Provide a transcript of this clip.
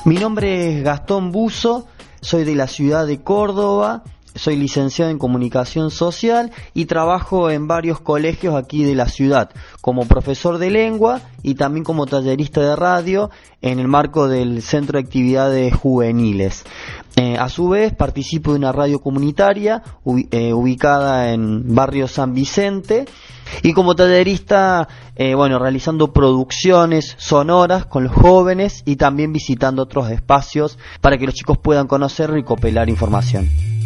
Mi nombre es Gastón Buzo, soy de la ciudad de Córdoba, soy licenciado en Comunicación Social y trabajo en varios colegios aquí de la ciudad, como profesor de lengua y también como tallerista de radio en el marco del Centro de Actividades Juveniles. A su vez participo de una radio comunitaria ubicada en barrio San Vicente y como tallerista, realizando producciones sonoras con los jóvenes y también visitando otros espacios para que los chicos puedan conocer y recopilar información.